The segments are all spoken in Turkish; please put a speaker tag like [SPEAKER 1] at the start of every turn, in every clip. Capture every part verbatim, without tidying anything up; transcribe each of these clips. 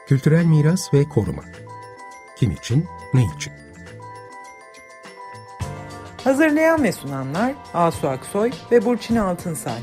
[SPEAKER 1] Kültürel miras ve koruma. Kim için, ne için?
[SPEAKER 2] Hazırlayan ve sunanlar Asu Aksoy ve Burçin Altınsay.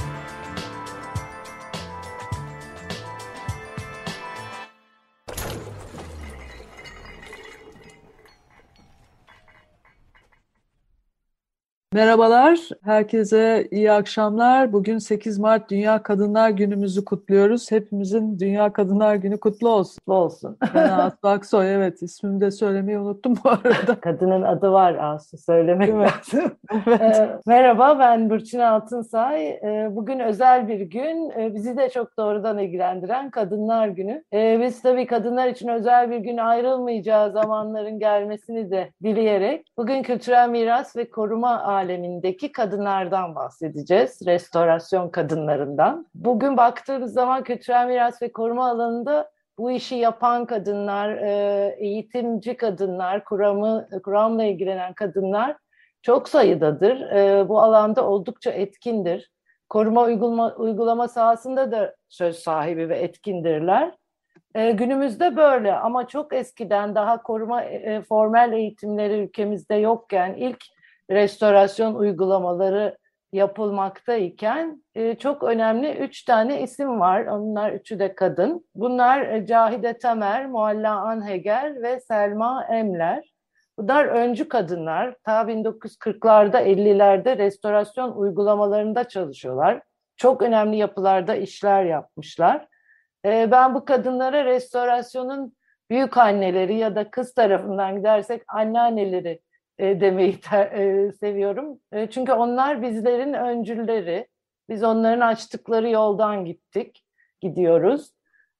[SPEAKER 3] Merhabalar, herkese iyi akşamlar. Bugün sekiz Mart Dünya Kadınlar Günümüzü kutluyoruz. Hepimizin Dünya Kadınlar Günü kutlu olsun.
[SPEAKER 4] Kutlu olsun.
[SPEAKER 3] Ben Aslı Aksoy, evet, ismimi de söylemeyi unuttum bu arada.
[SPEAKER 4] Kadının adı var Aslı, söylemek lazım.
[SPEAKER 3] Evet.
[SPEAKER 4] Ee, merhaba, ben Burçin Altınsay. Ee, bugün özel bir gün. Ee, bizi de çok doğrudan ilgilendiren Kadınlar Günü. Ee, biz tabii kadınlar için özel bir gün ayrılmayacağı zamanların gelmesini de dileyerek bugün kültürel miras ve koruma alemindeki kadınlardan bahsedeceğiz. Restorasyon kadınlarından. Bugün baktığımız zaman kültürel miras ve koruma alanında bu işi yapan kadınlar, eğitimci kadınlar, kuramı, kuramla ilgilenen kadınlar çok sayıdadır. Bu alanda oldukça etkindir. Koruma uygulama, uygulama sahasında da söz sahibi ve etkindirler. Günümüzde böyle ama çok eskiden daha koruma formel eğitimleri ülkemizde yokken ilk restorasyon uygulamaları yapılmaktayken çok önemli üç tane isim var. Onlar üçü de kadın. Bunlar Cahide Tamer, Mualla Anheger ve Selma Emler. Bunlar öncü kadınlar. Ta bin dokuz yüz kırklarda, ellilerde restorasyon uygulamalarında çalışıyorlar. Çok önemli yapılarda işler yapmışlar. Ben bu kadınlara restorasyonun büyük anneleri ya da kız tarafından gidersek anneanneleri demeyi ter, seviyorum. Çünkü onlar bizlerin öncülleri. Biz onların açtıkları yoldan gittik, gidiyoruz.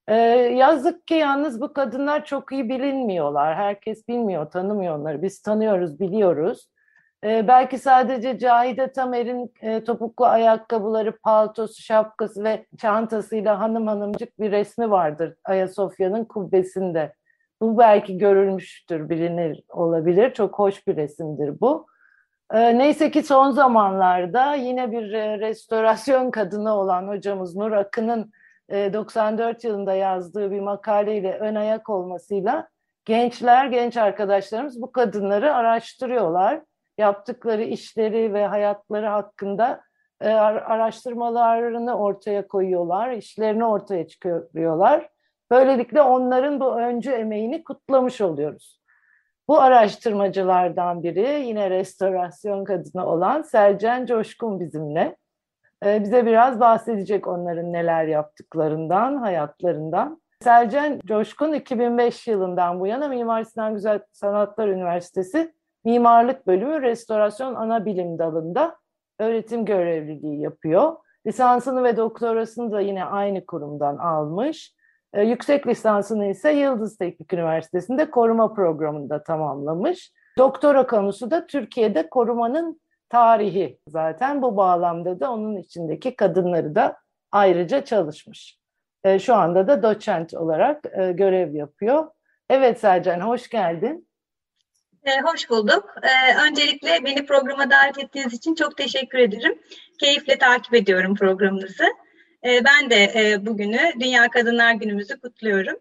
[SPEAKER 4] Yazık ki yalnız bu kadınlar çok iyi bilinmiyorlar. Herkes bilmiyor, tanımıyor onları. Biz tanıyoruz, biliyoruz. Belki sadece Cahide Tamer'in topuklu ayakkabıları, paltosu, şapkası ve çantasıyla hanım hanımcık bir resmi vardır Ayasofya'nın kubbesinde. Bu belki görülmüştür, bilinir olabilir. Çok hoş bir resimdir bu. Ee, neyse ki son zamanlarda yine bir e, restorasyon kadını olan hocamız Nur Akın'ın e, doksan dört yılında yazdığı bir makaleyle ön ayak olmasıyla gençler, genç arkadaşlarımız bu kadınları araştırıyorlar. Yaptıkları işleri ve hayatları hakkında e, araştırmalarını ortaya koyuyorlar, işlerini ortaya çıkarıyorlar. Böylelikle onların bu öncü emeğini kutlamış oluyoruz. Bu araştırmacılardan biri yine restorasyon kadını olan Selcan Coşkun bizimle. Ee, bize biraz bahsedecek onların neler yaptıklarından, hayatlarından. Selcan Coşkun iki bin beş yılından bu yana Mimar Sinan Güzel Sanatlar Üniversitesi Mimarlık Bölümü Restorasyon Anabilim Dalı'nda öğretim görevliliği yapıyor. Lisansını ve doktorasını da yine aynı kurumdan almış. Yüksek lisansını ise Yıldız Teknik Üniversitesi'nde koruma programında tamamlamış. Doktora konusu da Türkiye'de korumanın tarihi. Zaten bu bağlamda da onun içindeki kadınları da ayrıca çalışmış. Şu anda da doçent olarak görev yapıyor. Evet Selcan, hoş geldin.
[SPEAKER 5] Ee, hoş bulduk. Ee, öncelikle beni programa davet ettiğiniz için çok teşekkür ederim. Keyifle takip ediyorum programınızı. Ben de bugünü Dünya Kadınlar Günümüzü kutluyorum.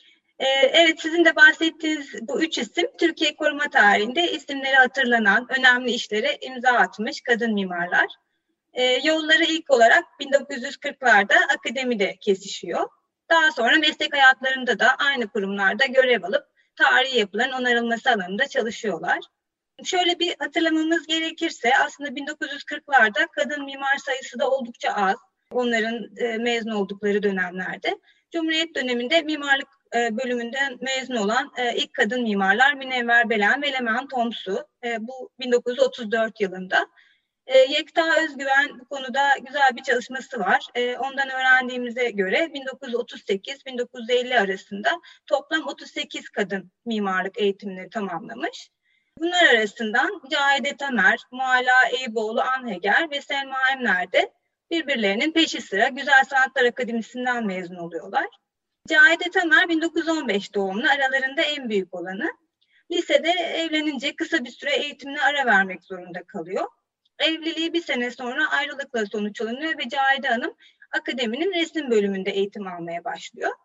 [SPEAKER 5] Evet, sizin de bahsettiğiniz bu üç isim Türkiye koruma tarihinde isimleri hatırlanan önemli işlere imza atmış kadın mimarlar. Yolları ilk olarak bin dokuz yüz kırklarda akademide kesişiyor. Daha sonra meslek hayatlarında da aynı kurumlarda görev alıp tarihi yapıların onarılması alanında çalışıyorlar. Şöyle bir hatırlamamız gerekirse aslında bin dokuz yüz kırklarda kadın mimar sayısı da oldukça az. Onların e, mezun oldukları dönemlerde. Cumhuriyet döneminde mimarlık e, bölümünden mezun olan e, ilk kadın mimarlar Münevver Belen ve Leman Tomsu. E, bu bin dokuz yüz otuz dört yılında. E, Yekta Özgüven bu konuda güzel bir çalışması var. E, ondan öğrendiğimize göre bin dokuz yüz otuz sekiz bin dokuz yüz elli arasında toplam otuz sekiz kadın mimarlık eğitimini tamamlamış. Bunlar arasından Cahide Tamer, Mualla Eyüboğlu Anheger ve Selma Emler de birbirlerinin peşi sıra Güzel Sanatlar Akademisi'nden mezun oluyorlar. Cahide Tamer bin dokuz yüz on beş doğumlu, aralarında en büyük olanı. Lisede evlenince kısa bir süre eğitimine ara vermek zorunda kalıyor. Evliliği bir sene sonra ayrılıkla sonuçlanıyor ve Cahide Hanım akademinin resim bölümünde eğitim almaya başlıyor.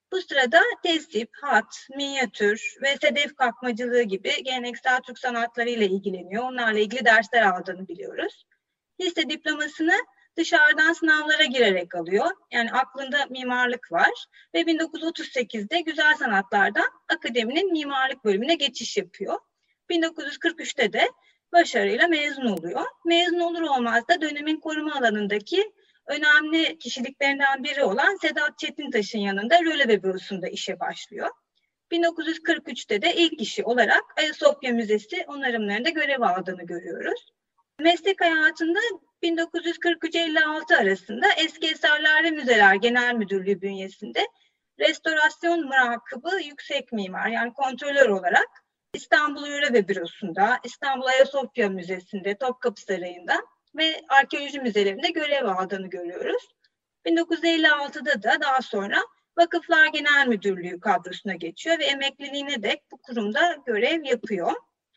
[SPEAKER 5] Bu sırada tesip, hat, minyatür ve sedef kakmacılığı gibi geleneksel Türk sanatları ile ilgileniyor. Onlarla ilgili dersler aldığını biliyoruz. Lise diplomasını dışarıdan sınavlara girerek alıyor. Yani aklında mimarlık var ve bin dokuz yüz otuz sekizde Güzel Sanatlar'dan akademinin mimarlık bölümüne geçiş yapıyor. bin dokuz yüz kırk üçte de başarıyla mezun oluyor. Mezun olur olmaz da dönemin koruma alanındaki önemli kişiliklerinden biri olan Sedat Çetintaş'ın yanında Röleve Bürosu'nda işe başlıyor. bin dokuz yüz kırk üçte de ilk işi olarak Ayasofya Müzesi onarımlarında görev aldığını görüyoruz. Meslek hayatında bin dokuz yüz kırk üç elli altı arasında Eski Eserler ve Müzeler Genel Müdürlüğü bünyesinde restorasyon murakabı yüksek mimar yani kontrolör olarak İstanbul Röleve Bürosu'nda, İstanbul Ayasofya Müzesi'nde, Topkapı Sarayı'nda ve arkeoloji müzelerinde görev aldığını görüyoruz. bin dokuz yüz elli altıda da daha sonra Vakıflar Genel Müdürlüğü kadrosuna geçiyor ve emekliliğine dek bu kurumda görev yapıyor.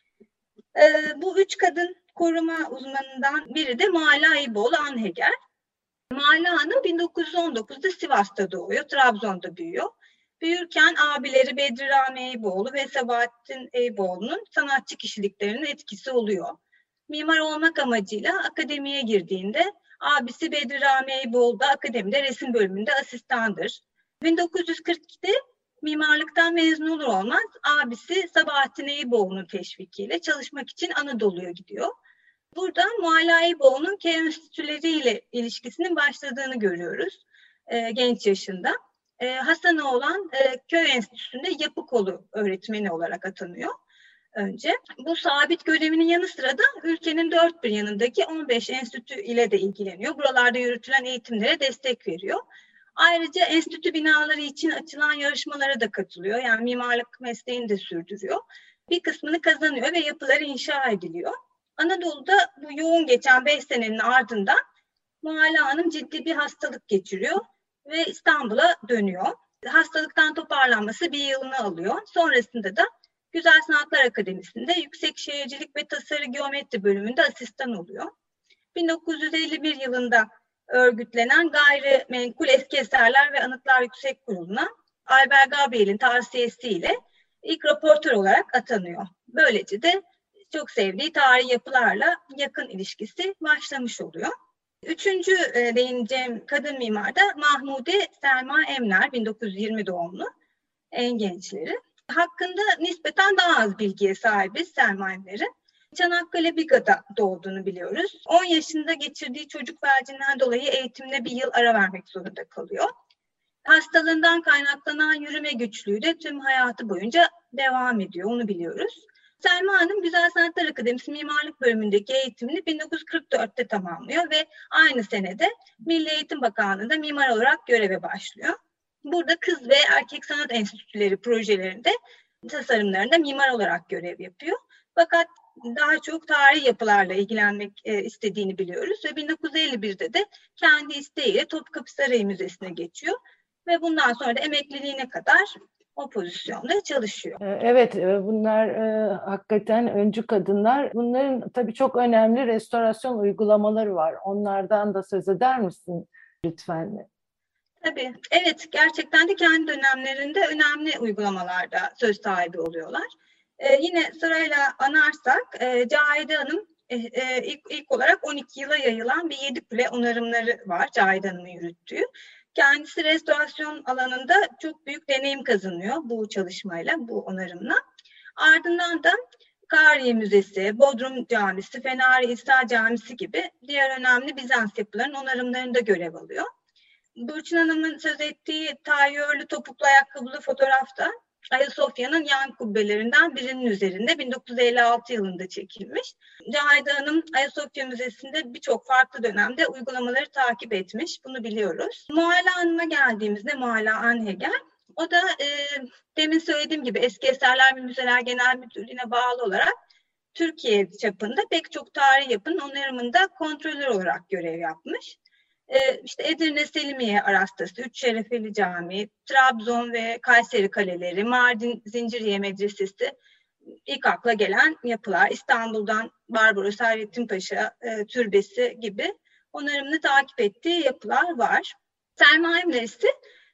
[SPEAKER 5] Ee, bu üç kadın koruma uzmanından biri de Mualla Ayıboğlu Anheger. Mualla Hanım bin dokuz yüz on dokuzda Sivas'ta doğuyor, Trabzon'da büyüyor. Büyürken abileri Bedri Rami Eyüboğlu ve Sabahattin Eyüboğlu'nun sanatçı kişiliklerinin etkisi oluyor. Mimar olmak amacıyla akademiye girdiğinde abisi Bedri Rami Eyüboğlu da akademide resim bölümünde asistandır. bin dokuz yüz kırk ikide mimarlıktan mezun olur olmaz abisi Sabahattin Eyüboğlu'nun teşvikiyle çalışmak için Anadolu'ya gidiyor. Burada Mualla Eyüboğlu'nun köy enstitüleriyle ilişkisinin başladığını görüyoruz e, genç yaşında. E, Hasan'a olan e, köy enstitüsünde yapı kolu öğretmeni olarak atanıyor önce. Bu sabit görevinin yanı sıra da ülkenin dört bir yanındaki on beş enstitü ile de ilgileniyor. Buralarda yürütülen eğitimlere destek veriyor. Ayrıca enstitü binaları için açılan yarışmalara da katılıyor. Yani mimarlık mesleğini de sürdürüyor. Bir kısmını kazanıyor ve yapıları inşa ediliyor. Anadolu'da bu yoğun geçen beş senenin ardından Mualla Hanım ciddi bir hastalık geçiriyor ve İstanbul'a dönüyor. Hastalıktan toparlanması bir yılını alıyor. Sonrasında da Güzel Sanatlar Akademisi'nde Yüksek Şehircilik ve Tasarı Geometri bölümünde asistan oluyor. bin dokuz yüz elli bir yılında örgütlenen Gayrimenkul Eski Eserler ve Anıtlar Yüksek Kurulu'na Albert Gabriel'in tavsiyesiyle ilk raportör olarak atanıyor. Böylece de çok sevdiği tarihi yapılarla yakın ilişkisi başlamış oluyor. Üçüncü e, değineceğim kadın mimar da Mahmude Selma Emler, bin dokuz yüz yirmi doğumlu, en gençleri. Hakkında nispeten daha az bilgiye sahibiz Selma Emler'in. Çanakkale Biga'da doğduğunu biliyoruz. on yaşında geçirdiği çocuk felcinden dolayı eğitimine bir yıl ara vermek zorunda kalıyor. Hastalığından kaynaklanan yürüme güçlüğü de tüm hayatı boyunca devam ediyor, onu biliyoruz. Selma Hanım Güzel Sanatlar Akademisi Mimarlık bölümündeki eğitimini bin dokuz yüz kırk dörtte tamamlıyor ve aynı senede Milli Eğitim Bakanlığı'nda mimar olarak göreve başlıyor. Burada kız ve erkek sanat enstitüleri projelerinde tasarımlarında mimar olarak görev yapıyor. Fakat daha çok tarihi yapılarla ilgilenmek e, istediğini biliyoruz ve bin dokuz yüz elli birde de kendi isteğiyle Topkapı Sarayı Müzesi'ne geçiyor ve bundan sonra da emekliliğine kadar o pozisyonda çalışıyor.
[SPEAKER 4] Evet, bunlar e, hakikaten öncü kadınlar. Bunların tabii çok önemli restorasyon uygulamaları var. Onlardan da söz eder misin lütfen?
[SPEAKER 5] Tabii, evet, gerçekten de kendi dönemlerinde önemli uygulamalarda söz sahibi oluyorlar. Ee, yine sırayla anarsak, e, Cahide Hanım e, e, ilk, ilk olarak on iki yıla yayılan bir Yedikule onarımları var Cahide Hanım'ın yürüttüğü. Kendisi restorasyon alanında çok büyük deneyim kazanıyor bu çalışmayla, bu onarımla. Ardından da Kariye Müzesi, Bodrum Camisi, Fenari İsa Camisi gibi diğer önemli Bizans yapılarının onarımlarında görev alıyor. Burçin Hanım'ın söz ettiği tayyörlü topuklu ayakkabılı fotoğrafta Ayasofya'nın yan kubbelerinden birinin üzerinde bin dokuz yüz elli altı yılında çekilmiş. Cahide Hanım Ayasofya Müzesi'nde birçok farklı dönemde uygulamaları takip etmiş. Bunu biliyoruz. Mualla Hanım'a geldiğimizde Mualla Anheger, o da e, demin söylediğim gibi Eski Eserler ve Müzeler Genel Müdürlüğü'ne bağlı olarak Türkiye çapında pek çok tarihi yapının onarımında kontrolör olarak görev yapmış. Ee, işte Edirne Selimiye Arastası, Üç Şerefeli Camii, Trabzon ve Kayseri Kaleleri, Mardin Zinciriye Medresesi ilk akla gelen yapılar. İstanbul'dan Barbaros Hayrettin Paşa e, Türbesi gibi onarımını takip ettiği yapılar var. Selma Emler ise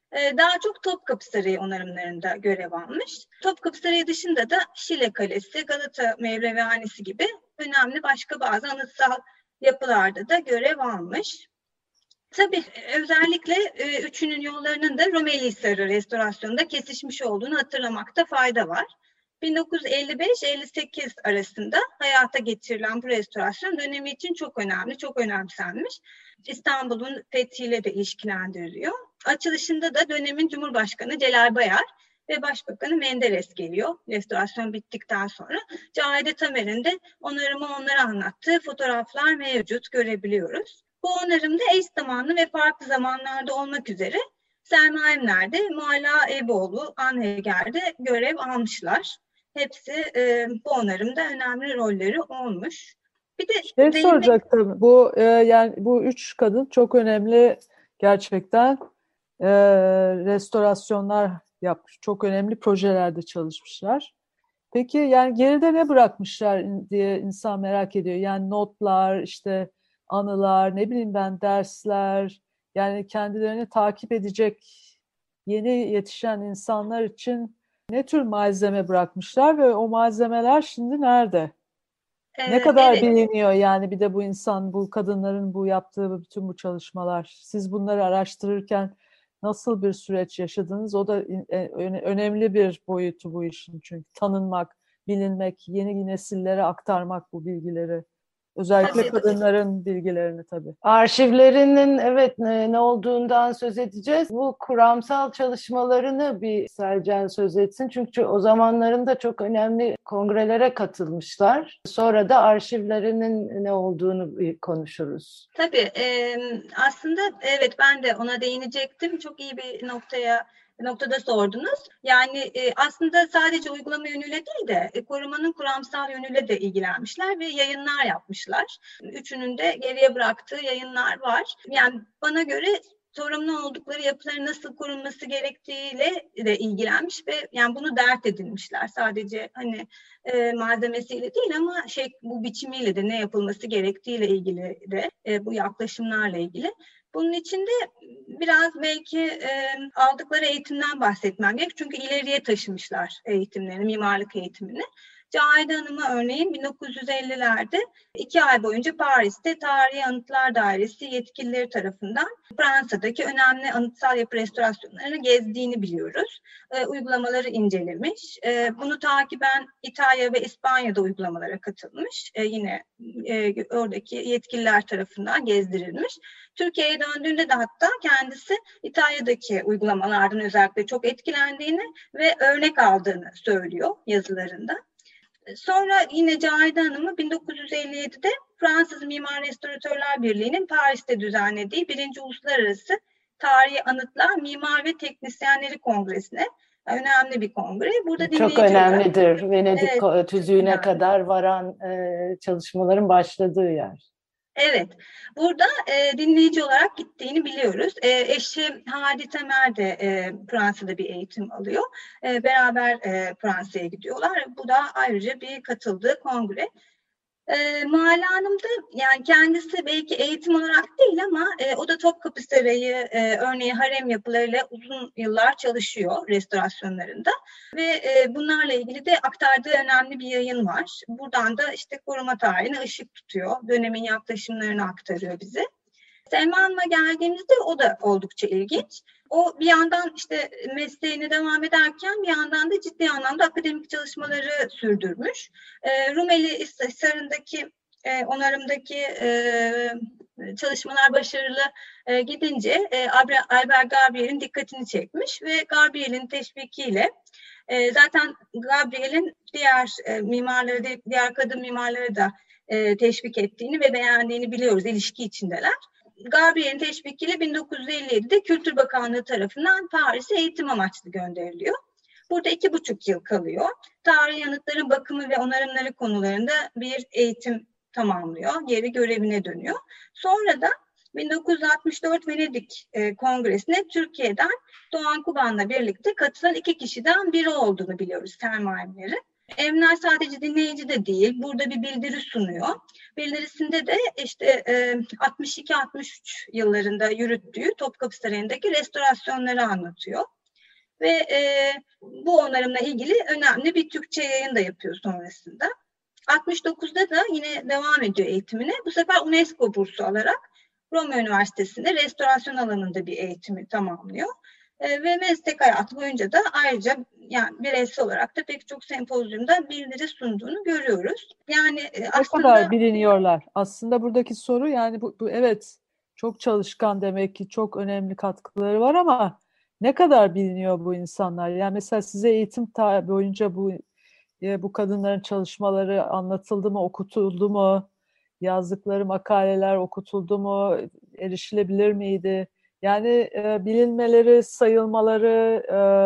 [SPEAKER 5] Daha çok Topkapı Sarayı onarımlarında görev almış. Topkapı Sarayı dışında da Şile Kalesi, Galata Mevlevihanesi gibi önemli başka bazı anıtsal yapılarda da görev almış. Tabii özellikle e, Üçünün Yolları'nın da Rumeli Hisarı restorasyonunda kesişmiş olduğunu hatırlamakta fayda var. bin dokuz yüz elli beş elli sekiz arasında hayata geçirilen bu restorasyon dönemi için çok önemli, çok önemsenmiş. İstanbul'un fethiyle de ilişkilendiriliyor. Açılışında da dönemin Cumhurbaşkanı Celal Bayar ve Başbakanı Menderes geliyor restorasyon bittikten sonra. Cahide Tamer'in de onarımı onlara anlattığı fotoğraflar mevcut, görebiliyoruz. Bu onarımda eş zamanlı ve farklı zamanlarda olmak üzere Selma Emler'de, Mualla Eyüboğlu, Anheger'de görev almışlar. Hepsi e, bu onarımda önemli rolleri olmuş. Bir de
[SPEAKER 3] şey
[SPEAKER 5] değinmek...
[SPEAKER 3] soracaktım. Bu e, yani bu üç kadın çok önemli gerçekten e, restorasyonlar yapmış. Çok önemli projelerde çalışmışlar. Peki yani geride ne bırakmışlar diye insan merak ediyor. Yani notlar, işte anılar, ne bileyim ben dersler, yani kendilerini takip edecek yeni yetişen insanlar için ne tür malzeme bırakmışlar ve o malzemeler şimdi nerede?
[SPEAKER 5] Ee,
[SPEAKER 3] Ne kadar
[SPEAKER 5] evet.
[SPEAKER 3] biliniyor yani bir de bu insan, bu kadınların bu yaptığı bütün bu çalışmalar. Siz bunları araştırırken nasıl bir süreç yaşadınız? O da önemli bir boyutu bu işin, çünkü tanınmak, bilinmek, yeni nesillere aktarmak bu bilgileri. Özellikle
[SPEAKER 5] Tabii.
[SPEAKER 3] kadınların bilgilerini tabii.
[SPEAKER 4] Arşivlerinin evet ne, ne olduğundan söz edeceğiz. Bu kuramsal çalışmalarını bir Selcan söz etsin. Çünkü o zamanlarında çok önemli kongrelere katılmışlar. Sonra da arşivlerinin ne olduğunu bir konuşuruz.
[SPEAKER 5] Tabii. E, aslında evet, ben de ona değinecektim. Çok iyi bir noktaya noktada sordunuz. Yani e, aslında sadece uygulama yönüyle değil de e, korumanın kuramsal yönüyle de ilgilenmişler ve yayınlar yapmışlar. Üçünün de geriye bıraktığı yayınlar var. Yani bana göre sorumlu oldukları yapıların nasıl korunması gerektiğiyle de ilgilenmiş ve yani bunu dert edinmişler. Sadece hani e, malzemesiyle değil ama şey bu biçimiyle de ne yapılması gerektiğiyle ilgili de e, bu yaklaşımlarla ilgili. Bunun için de biraz belki e, aldıkları eğitimden bahsetmem gerek. Çünkü ileriye taşımışlar eğitimlerini, mimarlık eğitimini. Cahide Hanım'a örneğin bin dokuz yüz ellilerde iki ay boyunca Paris'te Tarihi Anıtlar Dairesi yetkilileri tarafından Fransa'daki önemli anıtsal yapı restorasyonlarını gezdiğini biliyoruz. E, uygulamaları incelemiş. E, bunu takiben İtalya ve İspanya'da uygulamalara katılmış. E, yine e, oradaki yetkililer tarafından gezdirilmiş. Türkiye'ye döndüğünde de hatta kendisi İtalya'daki uygulamalardan özellikle çok etkilendiğini ve örnek aldığını söylüyor yazılarında. Sonra yine Cahide Hanım'ı bin dokuz yüz elli yedide Fransız Mimar Restoratörler Birliği'nin Paris'te düzenlediği birinci Uluslararası Tarihi Anıtlar Mimar ve Teknisyenleri Kongresi'ne, önemli bir kongre. Burada
[SPEAKER 4] çok önemlidir.
[SPEAKER 5] olarak,
[SPEAKER 4] Venedik
[SPEAKER 5] evet,
[SPEAKER 4] tüzüğüne kadar varan e, çalışmaların başladığı yer.
[SPEAKER 5] Evet, burada e, dinleyici olarak gittiğini biliyoruz. E, eşi Hadi Tamer de e, Fransa'da bir eğitim alıyor. E, beraber e, Fransa'ya gidiyorlar. Bu da ayrıca bir katıldığı kongre. E, Mualla Hanım da yani kendisi belki eğitim olarak değil ama e, o da Topkapı Sarayı e, örneğin harem yapılarıyla uzun yıllar çalışıyor restorasyonlarında ve e, bunlarla ilgili de aktardığı önemli bir yayın var. Buradan da işte koruma tarihine ışık tutuyor, dönemin yaklaşımlarını aktarıyor bize. Selma Hanım'a geldiğimizde o da oldukça ilginç. O bir yandan işte mesleğine devam ederken bir yandan da ciddi anlamda akademik çalışmaları sürdürmüş. E, Rumeli Hisarı'ndaki e, onarımdaki e, çalışmalar başarılı e, gidince e, Albert Gabriel'in dikkatini çekmiş ve Gabriel'in teşvikiyle e, zaten Gabriel'in diğer e, mimarları, diğer kadın mimarları da e, teşvik ettiğini ve beğendiğini biliyoruz. İlişki içindeler. Gabriel'in teşvikiyle bin dokuz yüz elli yedide Kültür Bakanlığı tarafından Paris'e eğitim amaçlı gönderiliyor. Burada iki buçuk yıl kalıyor. Tarihi anıtların bakımı ve onarımları konularında bir eğitim tamamlıyor. Geri görevine dönüyor. Sonra da bin dokuz yüz altmış dört Venedik e, Kongresi'ne Türkiye'den Doğan Kuban'la birlikte katılan iki kişiden biri olduğunu biliyoruz, Selma Emler'in. Emler sadece dinleyici de değil, burada bir bildiri sunuyor. Bildirisinde de işte altmış iki altmış üç yıllarında yürüttüğü Topkapı Sarayı'ndaki restorasyonları anlatıyor. Ve e, bu onarımla ilgili önemli bir Türkçe yayın da yapıyor sonrasında. altmış dokuzda da yine devam ediyor eğitimine. Bu sefer UNESCO bursu alarak Roma Üniversitesi'nde restorasyon alanında bir eğitimi tamamlıyor. E, ve meslek hayatı boyunca da ayrıca yani bireysel olarak da pek çok sempozyumda bildiri sunduğunu görüyoruz. Yani e,
[SPEAKER 3] Ne
[SPEAKER 5] aslında
[SPEAKER 3] kadar biliniyorlar? Aslında buradaki soru yani bu, bu evet çok çalışkan demek ki çok önemli katkıları var ama ne kadar biliniyor bu insanlar? Yani mesela size eğitim ta- boyunca bu e, bu kadınların çalışmaları anlatıldı mı, okutuldu mu? Yazdıkları makaleler okutuldu mu? Erişilebilir miydi? Yani e, bilinmeleri, sayılmaları,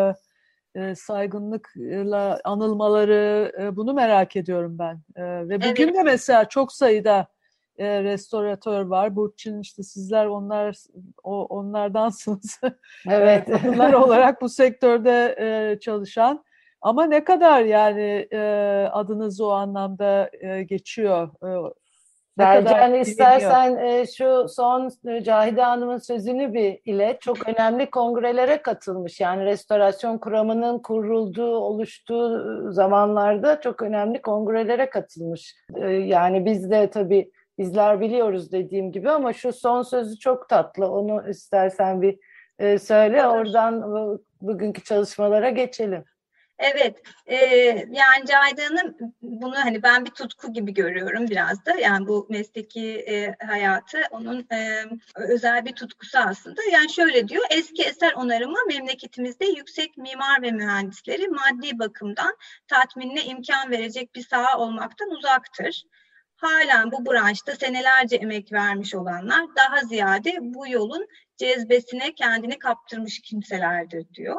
[SPEAKER 3] e, e, saygınlıkla anılmaları, e, bunu merak ediyorum ben. E, ve bugün
[SPEAKER 5] evet.
[SPEAKER 3] de mesela çok sayıda e, restoratör var. Burçin işte sizler onlar o, onlardansınız.
[SPEAKER 4] Evet.
[SPEAKER 3] Kadınlar olarak bu sektörde e, çalışan. Ama ne kadar yani e, adınız o anlamda e, geçiyor? E, ne kadar
[SPEAKER 4] Sercan,
[SPEAKER 3] biliniyor?
[SPEAKER 4] istersen e, şu son e, Cahide Hanım'ın sözünü bir ile çok önemli kongrelere katılmış. Yani restorasyon kuramının kurulduğu, oluştuğu zamanlarda çok önemli kongrelere katılmış. E, yani biz de tabii bizler biliyoruz dediğim gibi ama şu son sözü çok tatlı. Onu istersen bir e, söyle, oradan bu, bugünkü çalışmalara geçelim.
[SPEAKER 5] Evet, e, yani Cahide Hanım bunu hani ben bir tutku gibi görüyorum biraz da. Yani bu mesleki e, hayatı onun e, özel bir tutkusu aslında. Yani şöyle diyor, eski eser onarımı memleketimizde yüksek mimar ve mühendisleri maddi bakımdan tatminine imkan verecek bir saha olmaktan uzaktır. Halen bu branşta senelerce emek vermiş olanlar daha ziyade bu yolun cezbesine kendini kaptırmış kimselerdir diyor.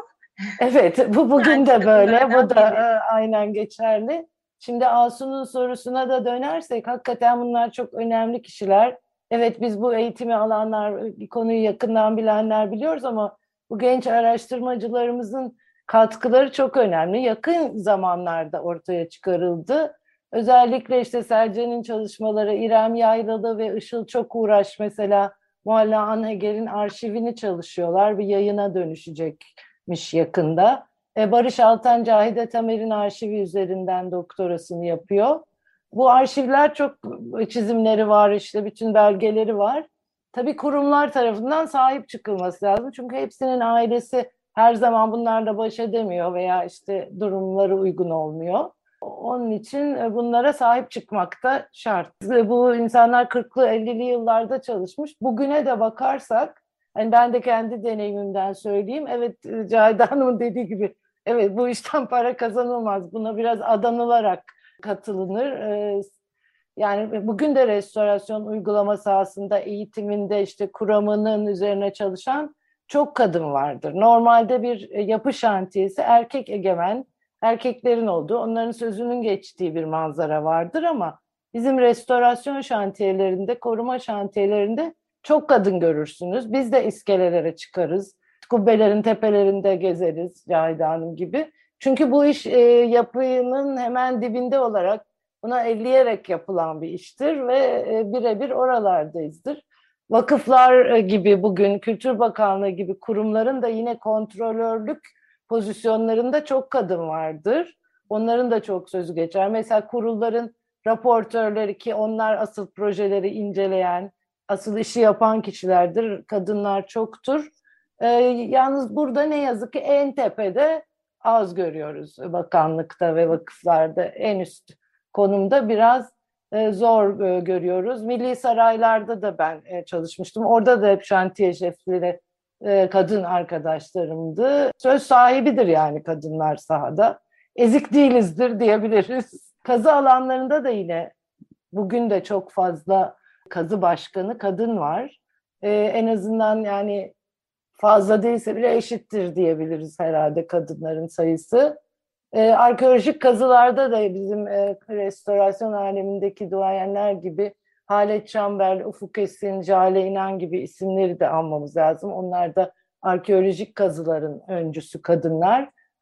[SPEAKER 4] Evet, bu bugün
[SPEAKER 5] Kendisi
[SPEAKER 4] de
[SPEAKER 5] de
[SPEAKER 4] böyle. Bu
[SPEAKER 5] bunlardan
[SPEAKER 4] da
[SPEAKER 5] biri.
[SPEAKER 4] e, aynen geçerli. Şimdi Asu'nun sorusuna da dönersek, hakikaten bunlar çok önemli kişiler. Evet, biz bu eğitimi alanlar, konuyu yakından bilenler biliyoruz ama bu genç araştırmacılarımızın katkıları çok önemli. Yakın zamanlarda ortaya çıkarıldı. Özellikle işte Selcen'in çalışmaları, İrem Yaylalı ve Işıl Çokuğraş mesela Mualla Anheger'in arşivini çalışıyorlar. Bir yayına dönüşecekmiş yakında. E, Barış Altan, Cahide Tamer'in arşivi üzerinden doktorasını yapıyor. Bu arşivler çok çizimleri var, işte bütün belgeleri var. Tabii kurumlar tarafından sahip çıkılması lazım. Çünkü hepsinin ailesi her zaman bunlarla baş edemiyor veya işte durumları uygun olmuyor. Onun için bunlara sahip çıkmak da şart. Bu insanlar kırklı ellili yıllarda çalışmış. Bugüne de bakarsak, hani ben de kendi deneyimimden söyleyeyim. Evet, Cahide Hanım'ın dediği gibi, evet bu işten para kazanılmaz. Buna biraz adanılarak katılınır. Yani bugün de restorasyon uygulama sahasında, eğitiminde, işte kuramının üzerine çalışan çok kadın vardır. Normalde bir yapı şantiyesi erkek egemen, erkeklerin olduğu, onların sözünün geçtiği bir manzara vardır ama bizim restorasyon şantiyelerinde, koruma şantiyelerinde çok kadın görürsünüz. Biz de iskelelere çıkarız, kubbelerin tepelerinde gezeriz Cahide Hanım gibi. Çünkü bu iş e, yapının hemen dibinde olarak buna elleyerek yapılan bir iştir ve e, birebir oralardayızdır. Vakıflar e, gibi, bugün Kültür Bakanlığı gibi kurumların da yine kontrolörlük pozisyonlarında çok kadın vardır. Onların da çok sözü geçer. Mesela kurulların raportörleri, ki onlar asıl projeleri inceleyen, asıl işi yapan kişilerdir. Kadınlar çoktur. E, yalnız burada ne yazık ki en tepede az görüyoruz, bakanlıkta ve vakıflarda en üst konumda biraz e, zor e, görüyoruz. Milli saraylarda da ben e, çalışmıştım. Orada da hep şantiye şefleri e, kadın arkadaşlarımdı. Söz sahibidir yani kadınlar sahada. Ezik değilizdir diyebiliriz. Kazı alanlarında da yine bugün de çok fazla kazı başkanı kadın var. E, en azından yani fazla değilse bile eşittir diyebiliriz herhalde kadınların sayısı. Ee, arkeolojik kazılarda da bizim e, restorasyon alemindeki duayenler gibi Halet Çamber, Ufuk Esin, Jale İnan gibi isimleri de anmamız lazım. Onlar da arkeolojik kazıların öncüsü kadınlar.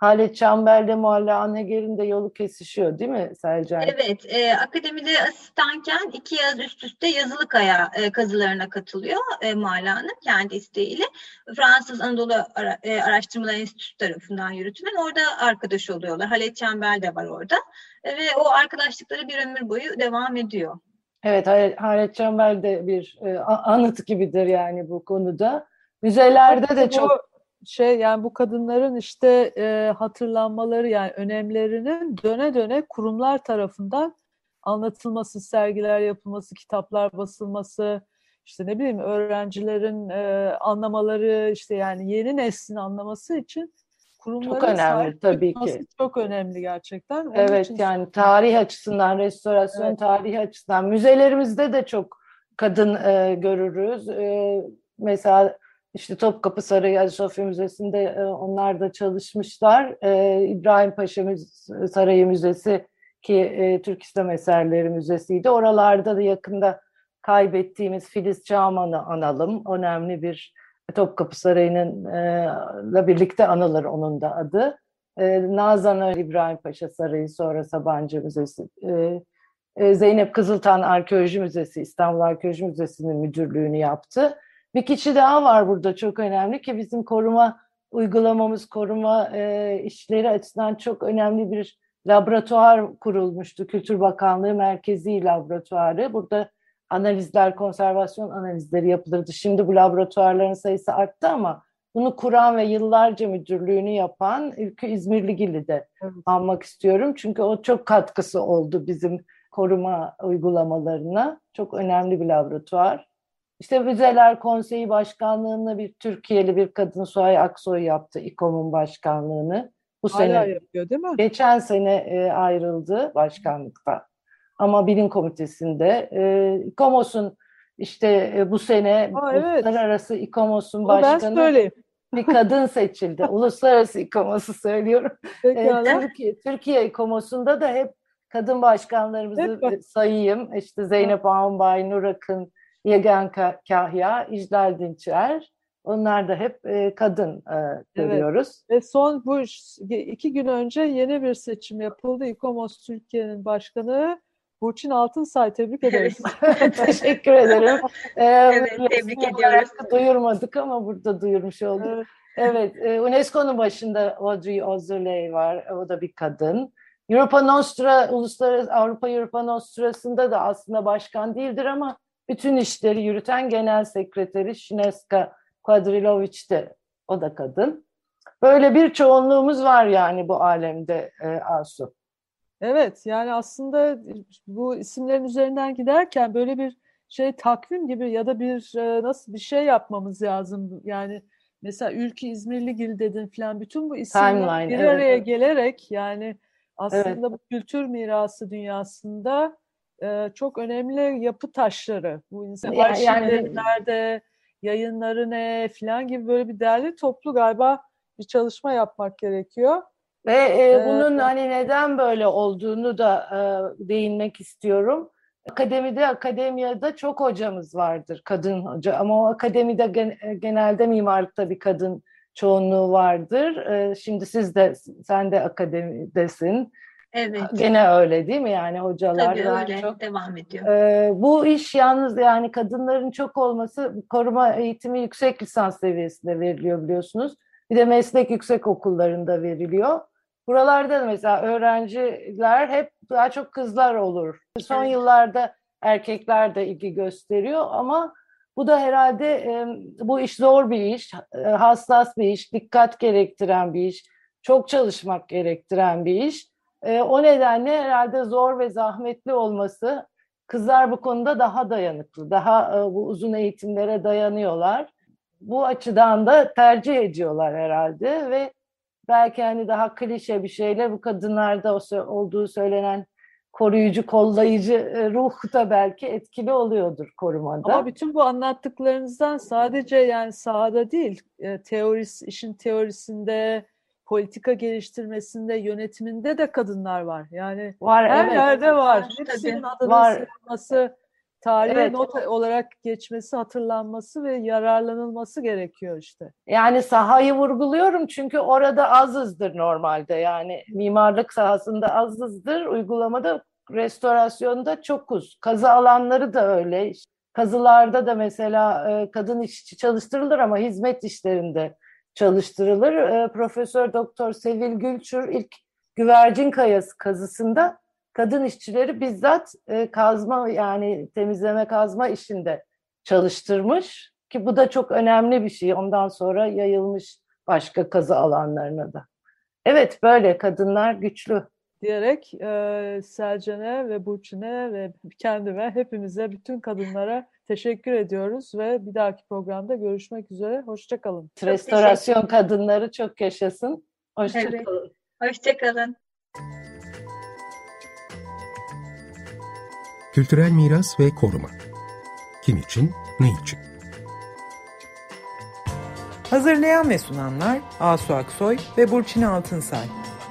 [SPEAKER 4] Halet Çamber'le Mualla Anheger'in de yolu kesişiyor değil mi Selcan?
[SPEAKER 5] Evet, e, akademide asistanken iki yaz üst üste yazılı kaya e, kazılarına katılıyor e, Mualla Hanım kendi isteğiyle. Fransız Anadolu Ara, e, Araştırmalar Enstitüsü tarafından yürütülen orada arkadaş oluyorlar. Halet Çember de var orada e, ve o arkadaşlıkları bir ömür boyu devam ediyor.
[SPEAKER 4] Evet, Halet Çember de bir e, anıt gibidir yani bu konuda. Müzelerde de çok...
[SPEAKER 3] Bu şey yani bu kadınların işte e, hatırlanmaları yani önemlerinin döne döne kurumlar tarafından anlatılması, sergiler yapılması, kitaplar basılması, işte ne bileyim öğrencilerin e, anlamaları, işte yani yeni neslin anlaması için kurumların
[SPEAKER 4] çok önemli tabii
[SPEAKER 3] tutması
[SPEAKER 4] ki.
[SPEAKER 3] Çok önemli gerçekten. Onun
[SPEAKER 4] evet
[SPEAKER 3] için
[SPEAKER 4] yani tarih açısından, restorasyon
[SPEAKER 3] evet.
[SPEAKER 4] tarihi açısından müzelerimizde de çok kadın e, görürüz. E, mesela İşte Topkapı Sarayı Ayasofya Müzesi'nde e, onlar da çalışmışlar. E, İbrahim Paşa Müze, Sarayı Müzesi ki e, Türk İslam Eserleri Müzesi'ydi. Oralarda da yakında kaybettiğimiz Filiz Çağman'ı analım. Önemli bir Topkapı Sarayı'nın e, ile birlikte anılır onun da adı. E, Nazan İbrahim Paşa Sarayı, sonra Sabancı Müzesi. E, e, Zeynep Kızıltan Arkeoloji Müzesi, İstanbul Arkeoloji Müzesi'nin müdürlüğünü yaptı. Bir kişi daha var burada çok önemli ki bizim koruma uygulamamız, koruma e, işleri açısından çok önemli bir laboratuvar kurulmuştu. Kültür Bakanlığı Merkezi Laboratuvarı. Burada analizler, konservasyon analizleri yapılırdı. Şimdi bu laboratuvarların sayısı arttı ama bunu kuran ve yıllarca müdürlüğünü yapan Ülkü İzmirligil'i de evet. anmak istiyorum. Çünkü o çok katkısı oldu bizim koruma uygulamalarına. Çok önemli bir laboratuvar. İşte Müzeler Konseyi Başkanlığı'nı bir Türkiye'li bir kadın, Suay Aksoy yaptı, İKOM'un başkanlığını. Bu
[SPEAKER 3] Hala
[SPEAKER 4] sene
[SPEAKER 3] yapıyor değil mi?
[SPEAKER 4] Geçen sene e, ayrıldı başkanlıkta. Ama bilim komitesinde e, İKOMOS'un işte e, bu sene
[SPEAKER 3] Aa, evet.
[SPEAKER 4] uluslararası İKOMOS'un
[SPEAKER 3] Onu ben
[SPEAKER 4] başkanı
[SPEAKER 3] söyleyeyim.
[SPEAKER 4] bir kadın seçildi. Uluslararası İKOMOS'u söylüyorum. E,
[SPEAKER 3] Pekala.
[SPEAKER 4] Türkiye, Türkiye İKOMOS'unda da hep kadın başkanlarımızı
[SPEAKER 3] Hep bak-
[SPEAKER 4] sayayım. İşte Zeynep Ağunbay, Nur Akın, Yegen Ka- Kahya, İclal Dinçer. Onlar da hep e, kadın e, görüyoruz.
[SPEAKER 3] Ve son bu iki gün önce yeni bir seçim yapıldı. İKOMOS Türkiye'nin başkanı Burçin Altınsay. Tebrik ederiz.
[SPEAKER 4] Teşekkür ederim. Ee,
[SPEAKER 5] Evet, tebrik ediyoruz.
[SPEAKER 4] Duyurmadık ama burada duyurmuş olduk.
[SPEAKER 3] Evet.
[SPEAKER 4] Evet, e, UNESCO'nun başında Audrey Azoulay var. O da bir kadın. Europa Nostra, Uluslararası Avrupa Europa Nostra'sında da aslında başkan değildir ama bütün işleri yürüten genel sekreteri Şineska Quadrilovic de, o da kadın. Böyle bir çoğunluğumuz var yani bu alemde e, Asu.
[SPEAKER 3] Evet, yani aslında bu isimlerin üzerinden giderken böyle bir şey takvim gibi ya da bir e, nasıl bir şey yapmamız lazım. Yani mesela Ülkü İzmirligil dedin falan, bütün bu isimler
[SPEAKER 4] Timeline,
[SPEAKER 3] bir
[SPEAKER 4] evet,
[SPEAKER 3] araya
[SPEAKER 4] evet.
[SPEAKER 3] gelerek yani aslında
[SPEAKER 4] Evet.
[SPEAKER 3] bu kültür mirası dünyasında e, çok önemli yapı taşları. Bu insan
[SPEAKER 4] Yani-
[SPEAKER 3] arşivleri nerede, yayınları ne falan gibi böyle bir derli toplu galiba bir çalışma yapmak gerekiyor.
[SPEAKER 4] Ve e, bunun hani neden böyle olduğunu da e, değinmek istiyorum. Akademide, akademiyada çok hocamız vardır, kadın hoca. Ama o akademide gen, genelde mimarlıkta bir kadın çoğunluğu vardır. E, şimdi siz de, sen de akademidesin.
[SPEAKER 5] Evet.
[SPEAKER 4] Gene öyle değil mi? Yani hocalar
[SPEAKER 5] Tabii
[SPEAKER 4] daha
[SPEAKER 5] öyle
[SPEAKER 4] çok.
[SPEAKER 5] devam ediyor.
[SPEAKER 4] E, bu iş yalnız yani kadınların çok olması, koruma eğitimi yüksek lisans seviyesinde veriliyor biliyorsunuz. Bir de meslek yüksek okullarında veriliyor. Buralarda da mesela öğrenciler hep daha çok kızlar olur. Son
[SPEAKER 5] Evet.
[SPEAKER 4] yıllarda erkekler de ilgi gösteriyor ama bu da herhalde e, bu iş zor bir iş, e, hassas bir iş, dikkat gerektiren bir iş, çok çalışmak gerektiren bir iş. E, o nedenle herhalde zor ve zahmetli olması, kızlar bu konuda daha dayanıklı, daha e, bu uzun eğitimlere dayanıyorlar. Bu açıdan da tercih ediyorlar herhalde ve belki hani daha klişe bir şeyle bu kadınlarda olduğu söylenen koruyucu, kollayıcı ruh da belki etkili oluyordur korumada.
[SPEAKER 3] Ama bütün bu anlattıklarınızdan sadece yani sahada değil, teoris, işin teorisinde, politika geliştirmesinde, yönetiminde de kadınlar var. Yani
[SPEAKER 4] var,
[SPEAKER 3] her
[SPEAKER 4] evet.
[SPEAKER 3] yerde var.
[SPEAKER 5] Var,
[SPEAKER 3] Hepsinin
[SPEAKER 5] tabii.
[SPEAKER 3] adının
[SPEAKER 4] Var.
[SPEAKER 3] sayılması tarihe
[SPEAKER 4] Evet.
[SPEAKER 3] not olarak geçmesi, hatırlanması ve yararlanılması gerekiyor işte.
[SPEAKER 4] Yani sahayı vurguluyorum çünkü orada azızdır normalde. Yani mimarlık sahasında azızdır, uygulamada, restorasyonda çokuz. Kazı alanları da öyle. Kazılarda da mesela e, kadın işçi çalıştırılır ama hizmet işlerinde çalıştırılır. E, Profesör Doktor Sevil Gülçür ilk Güvercin Kayası kazısında kadın işçileri bizzat e, kazma, yani temizleme kazma işinde çalıştırmış ki bu da çok önemli bir şey. Ondan sonra yayılmış başka kazı alanlarına da. Evet, böyle kadınlar güçlü.
[SPEAKER 3] Diyerek e, Selcen'e ve Burçin'e ve kendime, hepimize, bütün kadınlara teşekkür ediyoruz ve bir dahaki programda görüşmek üzere. Hoşça kalın.
[SPEAKER 4] Restorasyon kadınları çok yaşasın. Hoşça
[SPEAKER 5] Evet.
[SPEAKER 4] kalın.
[SPEAKER 5] Hoşçakalın.
[SPEAKER 1] Kültürel miras ve koruma. Kim için, ne için?
[SPEAKER 2] Hazırlayan ve sunanlar Asu Aksoy ve Burçin Altınsay.